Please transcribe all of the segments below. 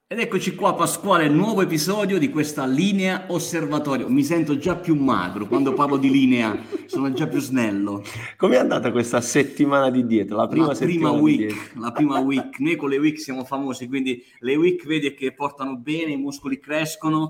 Ed eccoci qua, Pasquale, nuovo episodio di questa linea osservatorio. Mi sento già più magro quando parlo di linea, sono già più snello. Com'è andata questa settimana di dieta? La prima settimana di dieta? La prima week, noi con le week siamo famosi, quindi le week vedi che portano bene, i muscoli crescono,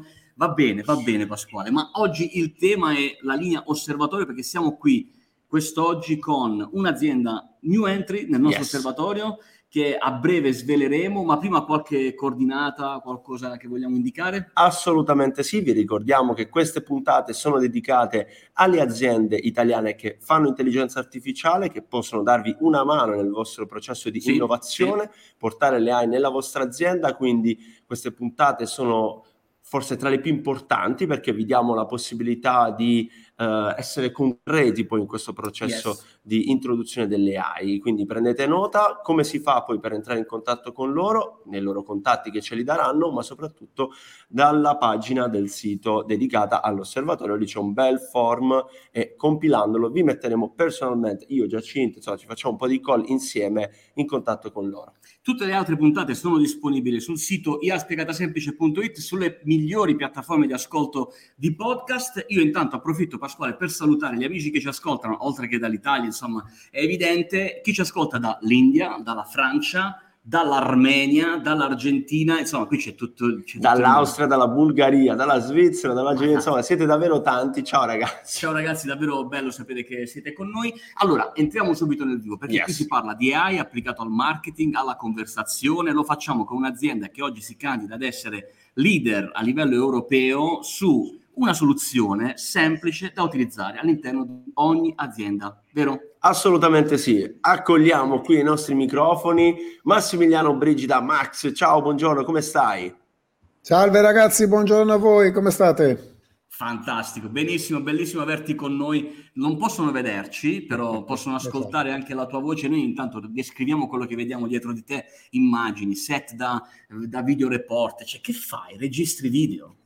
va bene Pasquale, ma oggi il tema è la linea osservatorio perché siamo qui quest'oggi con un'azienda new entry nel nostro Yes. osservatorio che a breve sveleremo, ma prima qualche coordinata, qualcosa che vogliamo indicare? Assolutamente sì, vi ricordiamo che queste puntate sono dedicate alle aziende italiane che fanno intelligenza artificiale, che possono darvi una mano nel vostro processo di Sì, sì. innovazione, portare le AI nella vostra azienda, quindi queste puntate sono forse tra le più importanti perché vi diamo la possibilità di essere concreti poi in questo processo Yes. di introduzione delle AI. Quindi prendete nota come si fa poi per entrare in contatto con loro, nei loro contatti che ce li daranno, ma soprattutto dalla pagina del sito dedicata all'osservatorio. Lì c'è un bel form e compilandolo vi metteremo personalmente, io, Giacinto, insomma, ci facciamo un po' di call insieme in contatto con loro. Tutte le altre puntate sono disponibili sul sito iaspiegatasemplice.it, sulle migliori piattaforme di ascolto di podcast. Io intanto approfitto, Pasquale, per salutare gli amici che ci ascoltano, oltre che dall'Italia, insomma, è evidente chi ci ascolta dall'India, dalla Francia, dall'Armenia, dall'Argentina, insomma, qui c'è tutto il mondo. Dall'Austria, dalla Bulgaria, dalla Svizzera, dall'Argentina, insomma, siete davvero tanti. Ciao ragazzi. Ciao ragazzi, davvero bello sapere che siete con noi. Allora, entriamo subito nel vivo, perché qui si Yes. parla di AI applicato al marketing, alla conversazione, lo facciamo con un'azienda che oggi si candida ad essere leader a livello europeo su una soluzione semplice da utilizzare all'interno di ogni azienda, vero? Assolutamente sì. Accogliamo qui ai nostri microfoni Massimiliano Brigida. Max, ciao, buongiorno, come stai? Salve ragazzi, buongiorno a voi, come state? Fantastico, benissimo, bellissimo averti con noi. Non possono vederci, però possono Esatto. ascoltare anche la tua voce. Noi intanto descriviamo quello che vediamo dietro di te, immagini, set da video report. Cioè, che fai? Registri video?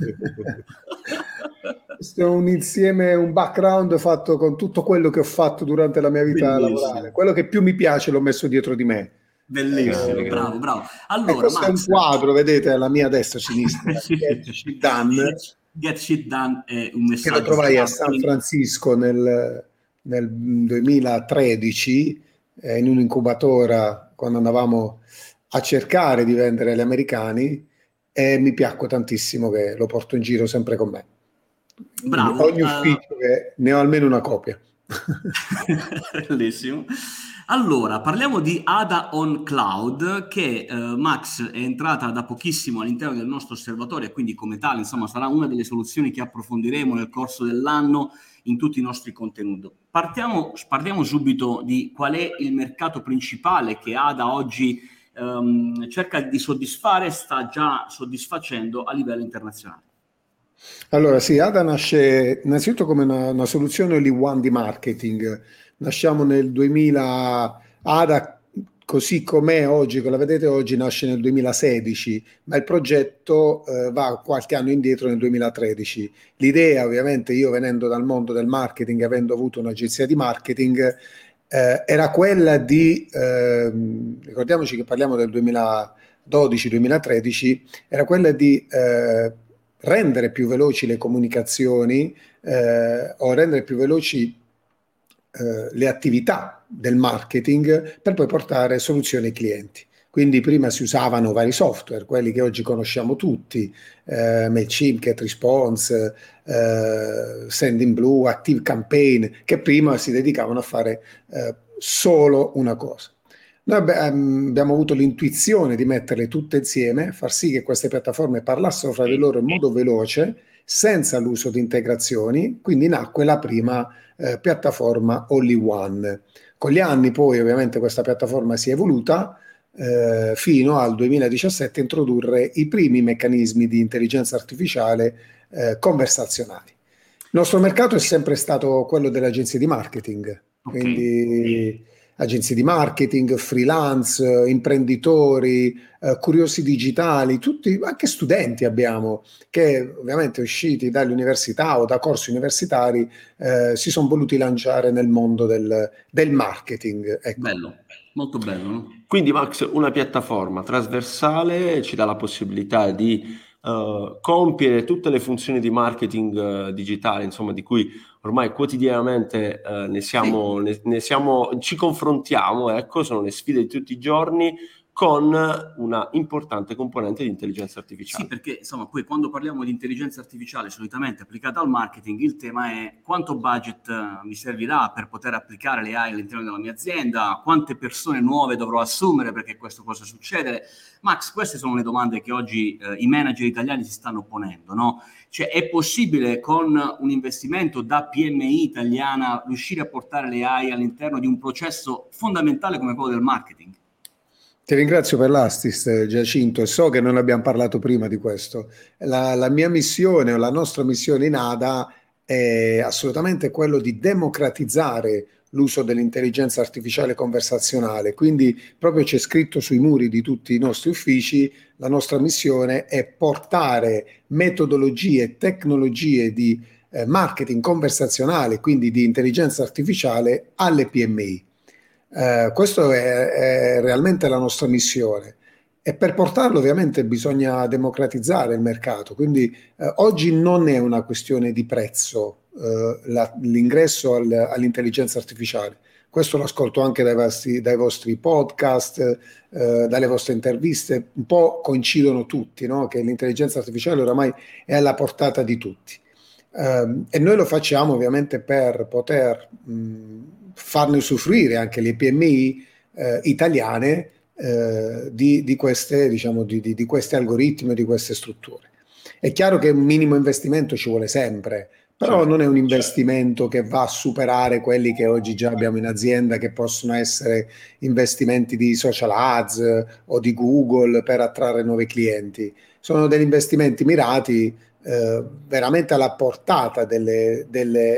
Questo è un insieme, un background fatto con tutto quello che ho fatto durante la mia vita lavorale. Bellissimo, Quello che più mi piace l'ho messo dietro di me. bellissimo, Grande, bravo, grande. bravo. E Allora, questo è un Max, quadro, vedete, alla mia destra e sinistra, sì. Get Shit Done, Get shit done è un che lo messaggio trovai a chiaro. San Francisco nel 2013, in un'incubatora, quando andavamo a cercare di vendere agli americani, e mi piacque tantissimo che lo porto in giro sempre con me. Quindi Bravo, ogni ufficio che ne ho almeno una copia. bellissimo. Allora, parliamo di Ada on Cloud, che Max è entrata da pochissimo all'interno del nostro osservatorio e quindi come tale, insomma, sarà una delle soluzioni che approfondiremo nel corso dell'anno in tutti i nostri contenuti. Parliamo subito di qual è il mercato principale che Ada oggi cerca di soddisfare e sta già soddisfacendo a livello internazionale. Allora, sì, ADA nasce innanzitutto come una soluzione all-in-one di marketing. Nasciamo nel 2000, ADA così com'è oggi, che la vedete oggi, nasce nel 2016, ma il progetto va qualche anno indietro nel 2013. L'idea, ovviamente, io venendo dal mondo del marketing, avendo avuto un'agenzia di marketing, era quella di, ricordiamoci che parliamo del 2012-2013, era quella di rendere più veloci le comunicazioni o rendere più veloci le attività del marketing per poi portare soluzioni ai clienti. Quindi prima si usavano vari software, quelli che oggi conosciamo tutti, MailChimp, GetResponse, Sendinblue, ActiveCampaign, che prima si dedicavano a fare solo una cosa. Noi abbiamo avuto l'intuizione di metterle tutte insieme, far sì che queste piattaforme parlassero fra di loro in modo veloce, senza l'uso di integrazioni, quindi nacque la prima piattaforma all-in-one. Con gli anni poi ovviamente questa piattaforma si è evoluta fino al 2017 a introdurre i primi meccanismi di intelligenza artificiale conversazionali. Il nostro mercato è sempre stato quello delle agenzie di marketing, Ok. quindi agenzie di marketing, freelance, imprenditori, curiosi digitali, tutti, anche studenti abbiamo, che ovviamente usciti dalle università o da corsi universitari si sono voluti lanciare nel mondo del marketing. Ecco. Bello, molto bello, no? Quindi Max, una piattaforma trasversale ci dà la possibilità di compiere tutte le funzioni di marketing digitale, insomma, di cui ormai quotidianamente ci confrontiamo, ecco, sono le sfide di tutti i giorni, con una importante componente di intelligenza artificiale. Sì, perché insomma poi quando parliamo di intelligenza artificiale solitamente applicata al marketing, il tema è quanto budget mi servirà per poter applicare le AI all'interno della mia azienda, quante persone nuove dovrò assumere perché questo possa succedere. Max, queste sono le domande che oggi i manager italiani si stanno ponendo, no? Cioè, è possibile con un investimento da PMI italiana riuscire a portare le AI all'interno di un processo fondamentale come quello del marketing? Ti ringrazio per l'assist, Giacinto, e so che non abbiamo parlato prima di questo. La mia missione o la nostra missione in ADA è assolutamente quello di democratizzare l'uso dell'intelligenza artificiale conversazionale, quindi proprio c'è scritto sui muri di tutti i nostri uffici, la nostra missione è portare metodologie e tecnologie di marketing conversazionale, quindi di intelligenza artificiale, alle PMI. Questo è realmente la nostra missione, e per portarlo ovviamente bisogna democratizzare il mercato, quindi oggi non è una questione di prezzo l'ingresso all'intelligenza artificiale. Questo lo ascolto anche dai vostri podcast, dalle vostre interviste, un po' coincidono tutti, no? Che l'intelligenza artificiale oramai è alla portata di tutti. E noi lo facciamo ovviamente per poter farne usufruire anche le PMI italiane di queste, diciamo, di questi algoritmi, di queste strutture. È chiaro che un minimo investimento ci vuole sempre, però non è un investimento che va a superare quelli che oggi già abbiamo in azienda, che possono essere investimenti di social ads o di Google per attrarre nuovi clienti. Sono degli investimenti mirati veramente alla portata delle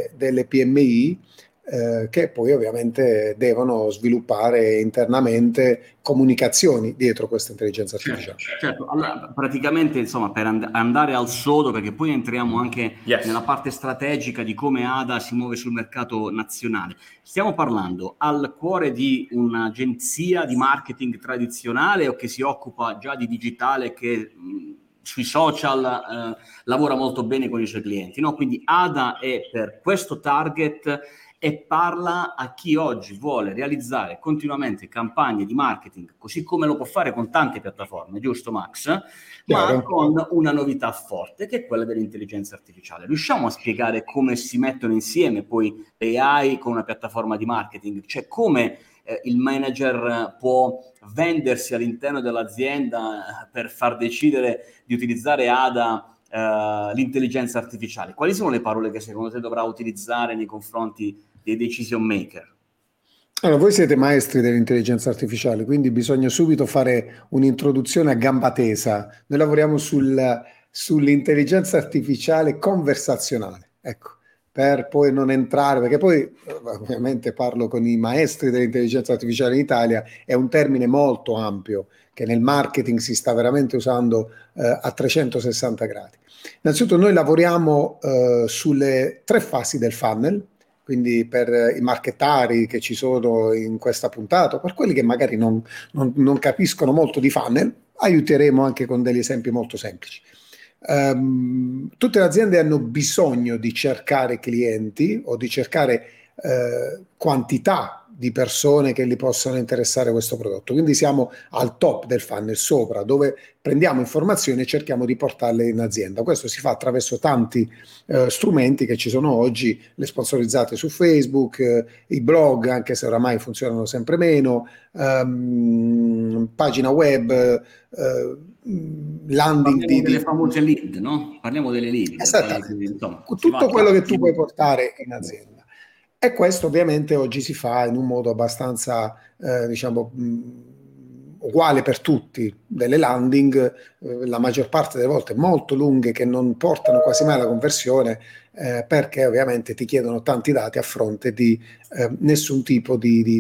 PMI, che poi ovviamente devono sviluppare internamente comunicazioni dietro questa intelligenza artificiale. Certo. Allora, praticamente, insomma, per andare al sodo, perché poi entriamo anche nella parte strategica di come ADA si muove sul mercato nazionale. Stiamo parlando al cuore di un'agenzia di marketing tradizionale o che si occupa già di digitale, che sui social lavora molto bene con i suoi clienti, no? Quindi ADA è per questo target e parla a chi oggi vuole realizzare continuamente campagne di marketing, così come lo può fare con tante piattaforme, giusto Max? Chiaro. Ma con una novità forte, che è quella dell'intelligenza artificiale. Riusciamo a spiegare come si mettono insieme poi le AI con una piattaforma di marketing? Cioè come il manager può vendersi all'interno dell'azienda per far decidere di utilizzare ADA l'intelligenza artificiale? Quali sono le parole che secondo te dovrà utilizzare nei confronti dei decision maker? Allora, voi siete maestri dell'intelligenza artificiale, quindi bisogna subito fare un'introduzione a gamba tesa. Noi lavoriamo sull'intelligenza artificiale conversazionale, ecco, per poi non entrare, perché poi ovviamente parlo con i maestri dell'intelligenza artificiale in Italia, è un termine molto ampio che nel marketing si sta veramente usando a 360 gradi. Innanzitutto noi lavoriamo sulle 3 fasi del funnel, quindi per i marketari che ci sono in questa puntata, per quelli che magari non capiscono molto di funnel, aiuteremo anche con degli esempi molto semplici. Tutte le aziende hanno bisogno di cercare clienti o di cercare quantità di persone che li possano interessare questo prodotto, quindi siamo al top del funnel, sopra, dove prendiamo informazioni e cerchiamo di portarle in azienda. Questo si fa attraverso tanti strumenti che ci sono oggi, le sponsorizzate su Facebook, i blog, anche se oramai funzionano sempre meno, pagina web, landing delle famose lead, no? Parliamo delle lead. Insomma, tutto quello che tu puoi portare in azienda. E questo ovviamente oggi si fa in un modo abbastanza, diciamo, uguale per tutti, delle landing, la maggior parte delle volte molto lunghe, che non portano quasi mai alla conversione, perché ovviamente ti chiedono tanti dati a fronte di nessun tipo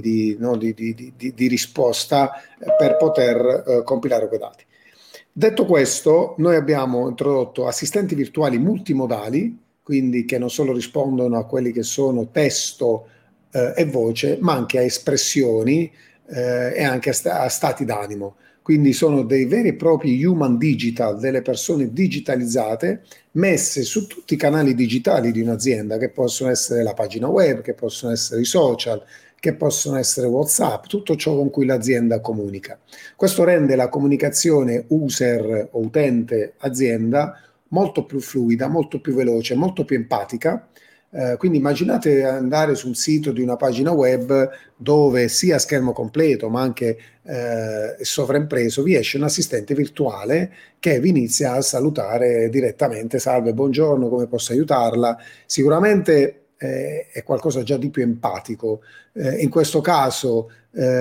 di risposta per poter compilare quei dati. Detto questo, noi abbiamo introdotto assistenti virtuali multimodali, quindi che non solo rispondono a quelli che sono testo e voce, ma anche a espressioni e anche a stati d'animo. Quindi sono dei veri e propri human digital, delle persone digitalizzate messe su tutti i canali digitali di un'azienda, che possono essere la pagina web, che possono essere i social, che possono essere WhatsApp, tutto ciò con cui l'azienda comunica. Questo rende la comunicazione user o utente azienda molto più fluida, molto più veloce, molto più empatica. Quindi immaginate andare su un sito di una pagina web dove sia a schermo completo ma anche sovraimpreso vi esce un assistente virtuale che vi inizia a salutare direttamente: salve, buongiorno, come posso aiutarla? Sicuramente è qualcosa già di più empatico. In questo caso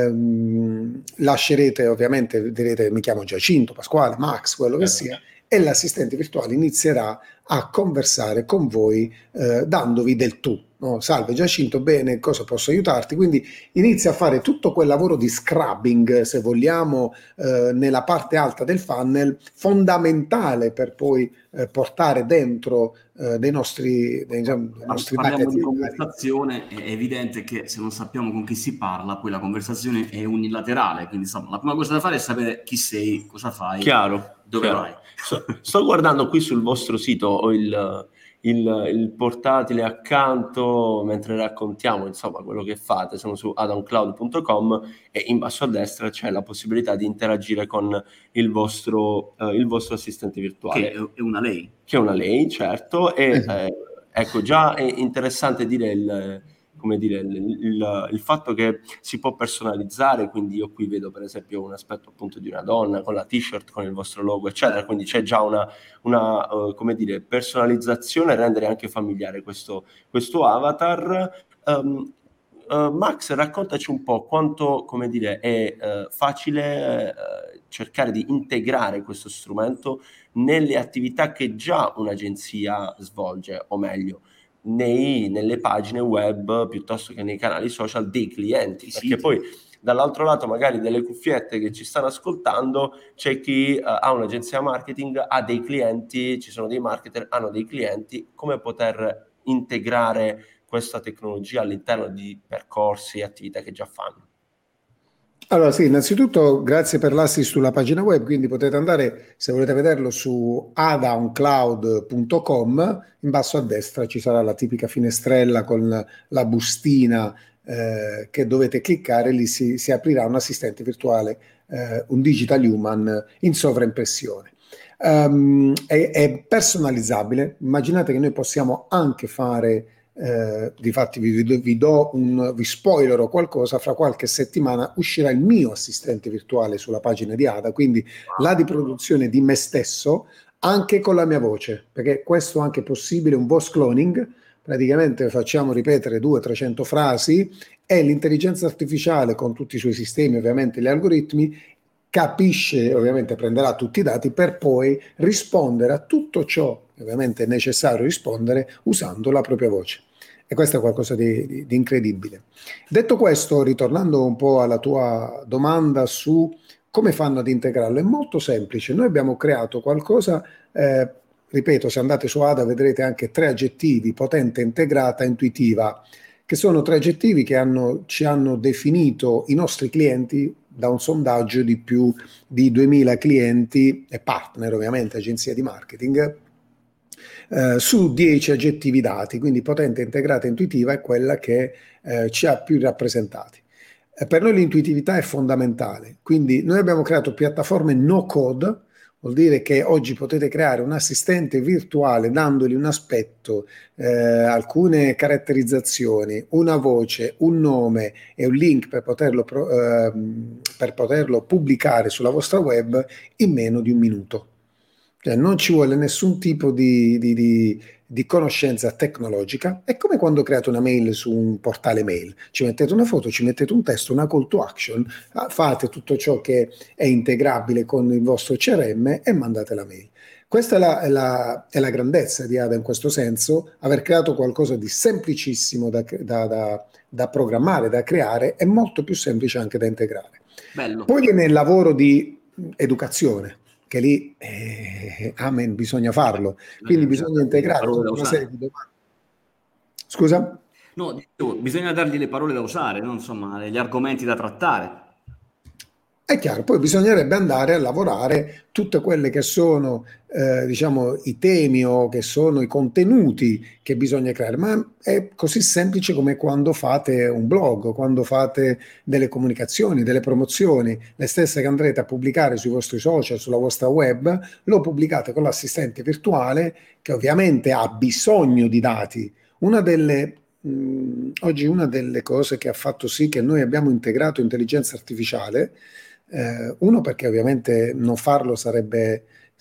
lascerete, ovviamente direte mi chiamo Giacinto, Pasquale, Max, quello che sia, e l'assistente virtuale inizierà a conversare con voi dandovi del tu. No? Salve Giacinto, bene, cosa posso aiutarti? Quindi inizia a fare tutto quel lavoro di scrubbing, se vogliamo, nella parte alta del funnel, fondamentale per poi portare dentro dei nostri Parliamo di conversazione, è evidente che se non sappiamo con chi si parla, poi la conversazione è unilaterale, quindi insomma, la prima cosa da fare è sapere chi sei, cosa fai, dove vai. Sto guardando qui sul vostro sito, ho il portatile accanto mentre raccontiamo insomma quello che fate. Sono su adaoncloud.com e in basso a destra c'è la possibilità di interagire con il vostro assistente virtuale, che è una lei, certo, e ecco, già è interessante dire il fatto che si può personalizzare. Quindi io qui vedo per esempio un aspetto appunto di una donna con la t-shirt con il vostro logo eccetera, quindi c'è già una personalizzazione, rendere anche familiare questo avatar. Max, raccontaci un po' quanto è facile cercare di integrare questo strumento nelle attività che già un'agenzia svolge, o meglio nelle pagine web piuttosto che nei canali social dei clienti, perché poi dall'altro lato magari delle cuffiette che ci stanno ascoltando c'è chi ha un'agenzia marketing, ha dei clienti, ci sono dei marketer, hanno dei clienti. Come poter integrare questa tecnologia all'interno di percorsi e attività che già fanno? Allora sì, innanzitutto grazie per l'assist sulla pagina web, quindi potete andare, se volete vederlo, su adaoncloud.com. In basso a destra ci sarà la tipica finestrella con la bustina che dovete cliccare, lì si aprirà un assistente virtuale, un digital human in sovraimpressione. È personalizzabile. Immaginate che noi possiamo anche fare difatti vi spoilerò qualcosa: fra qualche settimana uscirà il mio assistente virtuale sulla pagina di Ada, quindi la riproduzione di me stesso anche con la mia voce, perché questo anche è possibile, un voice cloning. Praticamente facciamo ripetere 200-300 frasi e l'intelligenza artificiale, con tutti i suoi sistemi, ovviamente gli algoritmi, capisce, ovviamente prenderà tutti i dati per poi rispondere a tutto ciò che ovviamente è necessario rispondere usando la propria voce. E questo è qualcosa di incredibile. Detto questo, ritornando un po' alla tua domanda su come fanno ad integrarlo, è molto semplice. Noi abbiamo creato qualcosa, ripeto, se andate su Ada vedrete anche 3 aggettivi: potente, integrata, intuitiva, che sono 3 aggettivi che ci hanno definito i nostri clienti da un sondaggio di più di 2000 clienti e partner, ovviamente agenzie di marketing, su 10 aggettivi dati. Quindi potente, integrata, intuitiva è quella che ci ha più rappresentati. Per noi l'intuitività è fondamentale, quindi noi abbiamo creato piattaforme no code. Vuol dire che oggi potete creare un assistente virtuale dandogli un aspetto, alcune caratterizzazioni, una voce, un nome e un link per poterlo pubblicare sulla vostra web in meno di un minuto. Cioè, non ci vuole nessun tipo di conoscenza tecnologica. È come quando create una mail su un portale mail. Ci mettete una foto, ci mettete un testo, una call to action, fate tutto ciò che è integrabile con il vostro CRM e mandate la mail. Questa è la grandezza di Ada in questo senso, aver creato qualcosa di semplicissimo da programmare, da creare, e molto più semplice anche da integrare. Bello. Poi viene il lavoro di educazione, che lì, amen, bisogna farlo. Quindi bisogna integrare tutta una serie di domande. Scusa? No, dicevo, bisogna dargli le parole da usare, no? Insomma, gli argomenti da trattare. È chiaro, poi bisognerebbe andare a lavorare tutte quelle che sono, diciamo, i temi o che sono i contenuti che bisogna creare, ma è così semplice come quando fate un blog, quando fate delle comunicazioni, delle promozioni, le stesse che andrete a pubblicare sui vostri social, sulla vostra web, lo pubblicate con l'assistente virtuale che ovviamente ha bisogno di dati. Oggi una delle cose che ha fatto sì che noi abbiamo integrato intelligenza artificiale, uno perché ovviamente non farlo sarebbe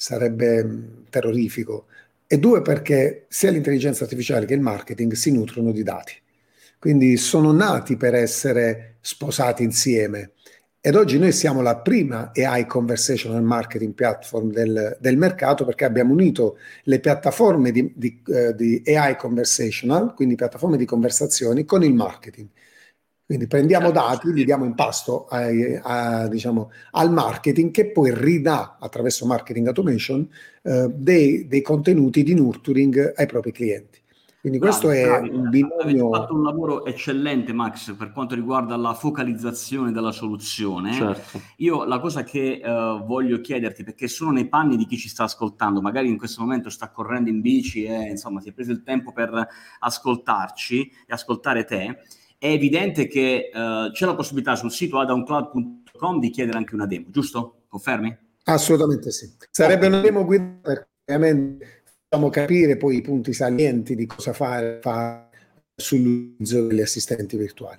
terrorifico, e due perché sia l'intelligenza artificiale che il marketing si nutrono di dati, quindi sono nati per essere sposati insieme. Ed oggi noi siamo la prima AI conversational marketing platform del mercato, perché abbiamo unito le piattaforme di AI conversational, quindi piattaforme di conversazioni, con il marketing. Quindi prendiamo dati, li diamo in pasto diciamo, al marketing, che poi ridà attraverso marketing automation dei contenuti di nurturing ai propri clienti. Quindi questo è un binomio. Avete fatto un lavoro eccellente, Max, per quanto riguarda la focalizzazione della soluzione. Certo. Io la cosa che voglio chiederti, perché sono nei panni di chi ci sta ascoltando, magari in questo momento sta correndo in bici e insomma si è preso il tempo per ascoltarci e ascoltare te, è evidente che c'è la possibilità sul sito adaoncloud.com di chiedere anche una demo, giusto? Confermi? Assolutamente sì. Sarebbe una demo guida per ovviamente facciamo capire poi i punti salienti di cosa fare sull'utilizzo degli assistenti virtuali.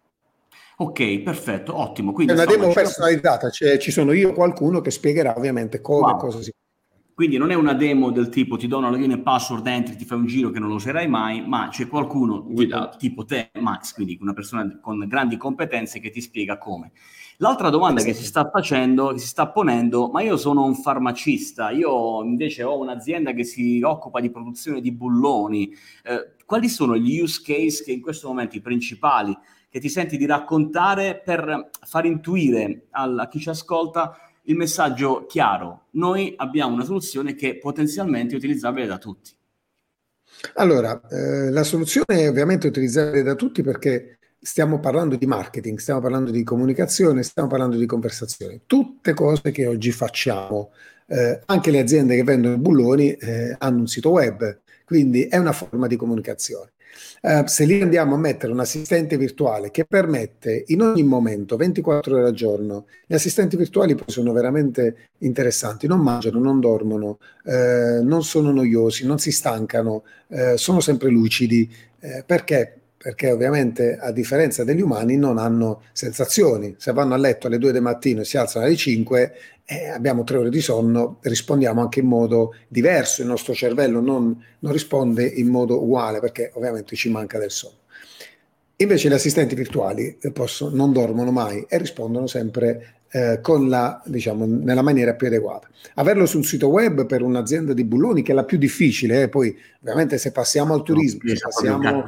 Ok, perfetto, ottimo. Quindi, è una demo personalizzata, cioè ci sono io qualcuno che spiegherà ovviamente come, cosa si fa. Quindi non è una demo del tipo ti do una login e password, entri, ti fai un giro che non lo userai mai, ma c'è qualcuno tipo te, Max, quindi una persona con grandi competenze che ti spiega come. L'altra domanda che si sta facendo, che si sta ponendo, ma io sono un farmacista, io invece ho un'azienda che si occupa di produzione di bulloni, quali sono gli use case che in questo momento i principali che ti senti di raccontare per far intuire a chi ci ascolta il messaggio chiaro: noi abbiamo una soluzione che è potenzialmente utilizzabile da tutti? Allora, la soluzione è ovviamente utilizzabile da tutti, perché stiamo parlando di marketing, stiamo parlando di comunicazione, stiamo parlando di conversazione, tutte cose che oggi facciamo. Anche le aziende che vendono bulloni hanno un sito web, quindi è una forma di comunicazione. Se lì andiamo a mettere un assistente virtuale che permette in ogni momento, 24 ore al giorno, gli assistenti virtuali poi sono veramente interessanti, non mangiano, non dormono, non sono noiosi, non si stancano, sono sempre lucidi, perché? Perché ovviamente a differenza degli umani non hanno sensazioni. Se vanno a letto alle 2 del mattino e si alzano alle 5, abbiamo 3 ore di sonno, rispondiamo anche in modo diverso, il nostro cervello non risponde in modo uguale, perché ovviamente ci manca del sonno. Invece gli assistenti virtuali non dormono mai e rispondono sempre diciamo, nella maniera più adeguata. Averlo sul sito web per un'azienda di bulloni, che è la più difficile, poi ovviamente se passiamo al turismo, se passiamo...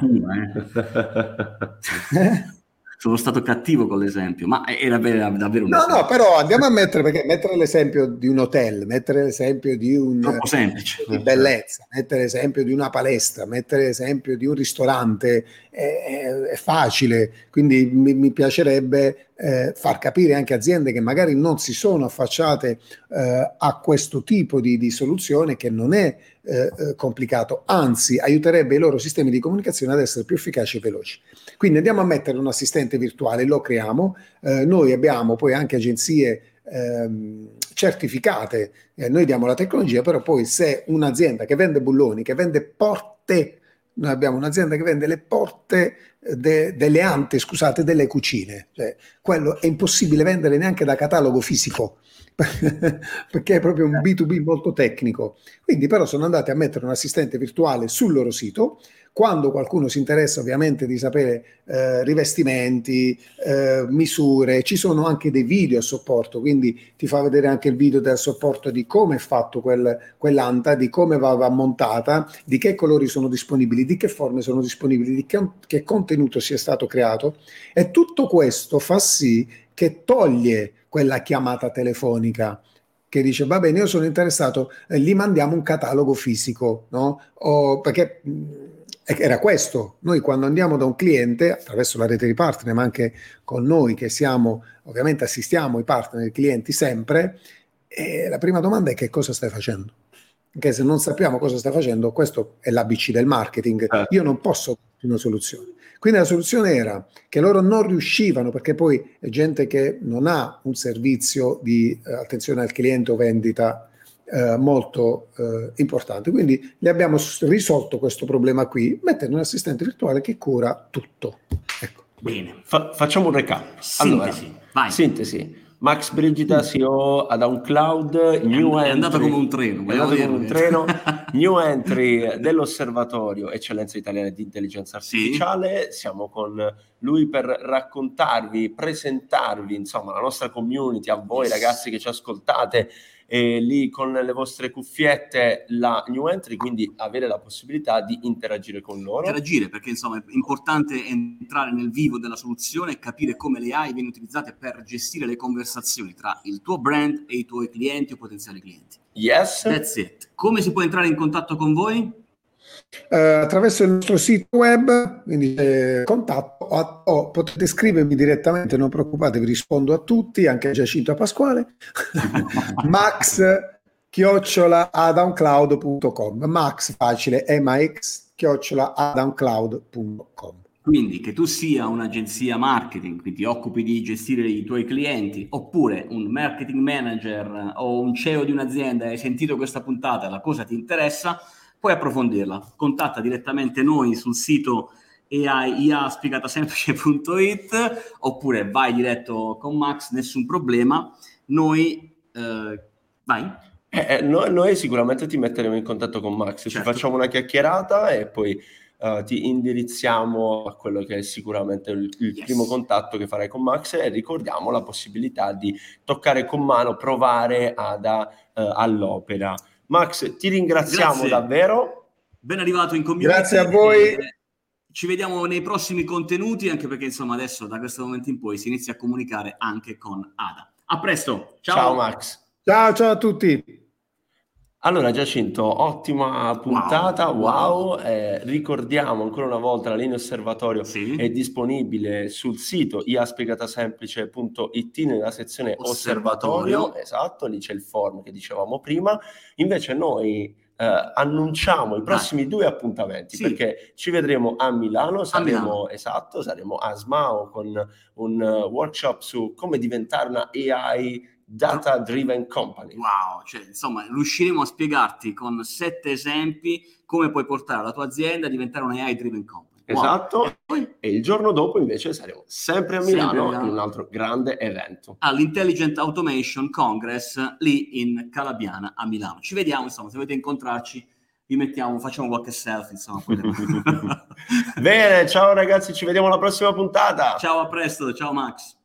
Sono stato cattivo con l'esempio, ma era davvero un esempio. No, però andiamo a mettere l'esempio di un hotel, mettere l'esempio di troppo semplice, di bellezza, mettere l'esempio di una palestra, mettere l'esempio di un ristorante, è facile, quindi mi piacerebbe far capire anche aziende che magari non si sono affacciate a questo tipo di soluzione, che non è complicato, anzi aiuterebbe i loro sistemi di comunicazione ad essere più efficaci e veloci. Quindi andiamo a mettere un assistente virtuale, lo creiamo, noi abbiamo poi anche agenzie certificate, noi diamo la tecnologia, però poi se un'azienda che vende bulloni, che vende porte, noi abbiamo un'azienda che vende le porte delle ante, scusate, delle cucine. Cioè, quello è impossibile vendere neanche da catalogo fisico, perché è proprio un B2B molto tecnico. Quindi però sono andati a mettere un assistente virtuale sul loro sito. Quando qualcuno si interessa ovviamente di sapere rivestimenti, misure, ci sono anche dei video a supporto, quindi ti fa vedere anche il video del supporto di come è fatto quell'anta, di come va montata, di che colori sono disponibili, di che forme sono disponibili, di che contenuto sia stato creato, e tutto questo fa sì che toglie quella chiamata telefonica che dice va bene, io sono interessato, gli mandiamo un catalogo fisico, no? Perché era questo. Noi quando andiamo da un cliente attraverso la rete di partner, ma anche con noi che siamo, ovviamente assistiamo i partner e i clienti sempre, la prima domanda è: che cosa stai facendo? Perché se non sappiamo cosa stai facendo, questo è l'ABC del marketing, io non posso darti una soluzione. Quindi la soluzione era che loro non riuscivano, perché poi è gente che non ha un servizio di attenzione al cliente o vendita molto importante, quindi gli abbiamo risolto questo problema qui mettendo un assistente virtuale che cura tutto. Ecco. Bene, facciamo un recap. Sintesi, allora, vai. Sintesi. Max Brigida, CEO ad OnCloud, è andato come un treno, new entry dell'Osservatorio Eccellenza Italiana di Intelligenza Artificiale. Sì. Siamo con lui per raccontarvi, presentarvi, insomma, la nostra community, a voi ragazzi che ci ascoltate lì con le vostre cuffiette, la new entry, quindi avere la possibilità di interagire con loro. Interagire, perché insomma è importante entrare nel vivo della soluzione e capire come le AI vengono utilizzate per gestire le conversazioni tra il tuo brand e i tuoi clienti o potenziali clienti. Yes. That's it. Come si può entrare in contatto con voi? Attraverso il nostro sito web, quindi contatto, o potete scrivermi direttamente, non preoccupatevi, rispondo a tutti, anche a Giacinto e a Pasquale. max@adamcloud.com, max facile, max@adamcloud.com. Quindi che tu sia un'agenzia marketing, quindi ti occupi di gestire i tuoi clienti, oppure un marketing manager o un CEO di un'azienda, hai sentito questa puntata, la cosa ti interessa, puoi approfondirla. Contatta direttamente noi sul sito iaspiegatasemplice.it oppure vai diretto con Max, nessun problema. Noi vai. Noi sicuramente ti metteremo in contatto con Max, certo. Ci facciamo una chiacchierata e poi ti indirizziamo a quello che è sicuramente il primo contatto che farai con Max, e ricordiamo la possibilità di toccare con mano, provare all'opera. Max, ti ringraziamo davvero. Ben arrivato in community. Grazie a voi. Ci vediamo nei prossimi contenuti, anche perché insomma adesso da questo momento in poi si inizia a comunicare anche con Ada. A presto. Ciao Max. Ciao a tutti. Allora Giacinto, ottima puntata, wow. Ricordiamo ancora una volta la linea osservatorio è disponibile sul sito iaspiegatasemplice.it nella sezione osservatorio, esatto, lì c'è il form che dicevamo prima. Invece noi annunciamo i prossimi 2 appuntamenti, perché ci vedremo a Milano, saremo a SMAO con un workshop su come diventare una AI data driven company. Wow, cioè insomma riusciremo a spiegarti con 7 esempi come puoi portare la tua azienda a diventare una AI driven company. Esatto. E il giorno dopo invece saremo sempre a Milano in un altro grande evento all'Intelligent Automation Congress lì in Calabiana a Milano. Ci vediamo, insomma, se volete incontrarci facciamo qualche selfie, insomma. Bene, ciao ragazzi, ci vediamo alla prossima puntata. Ciao, a presto, ciao Max.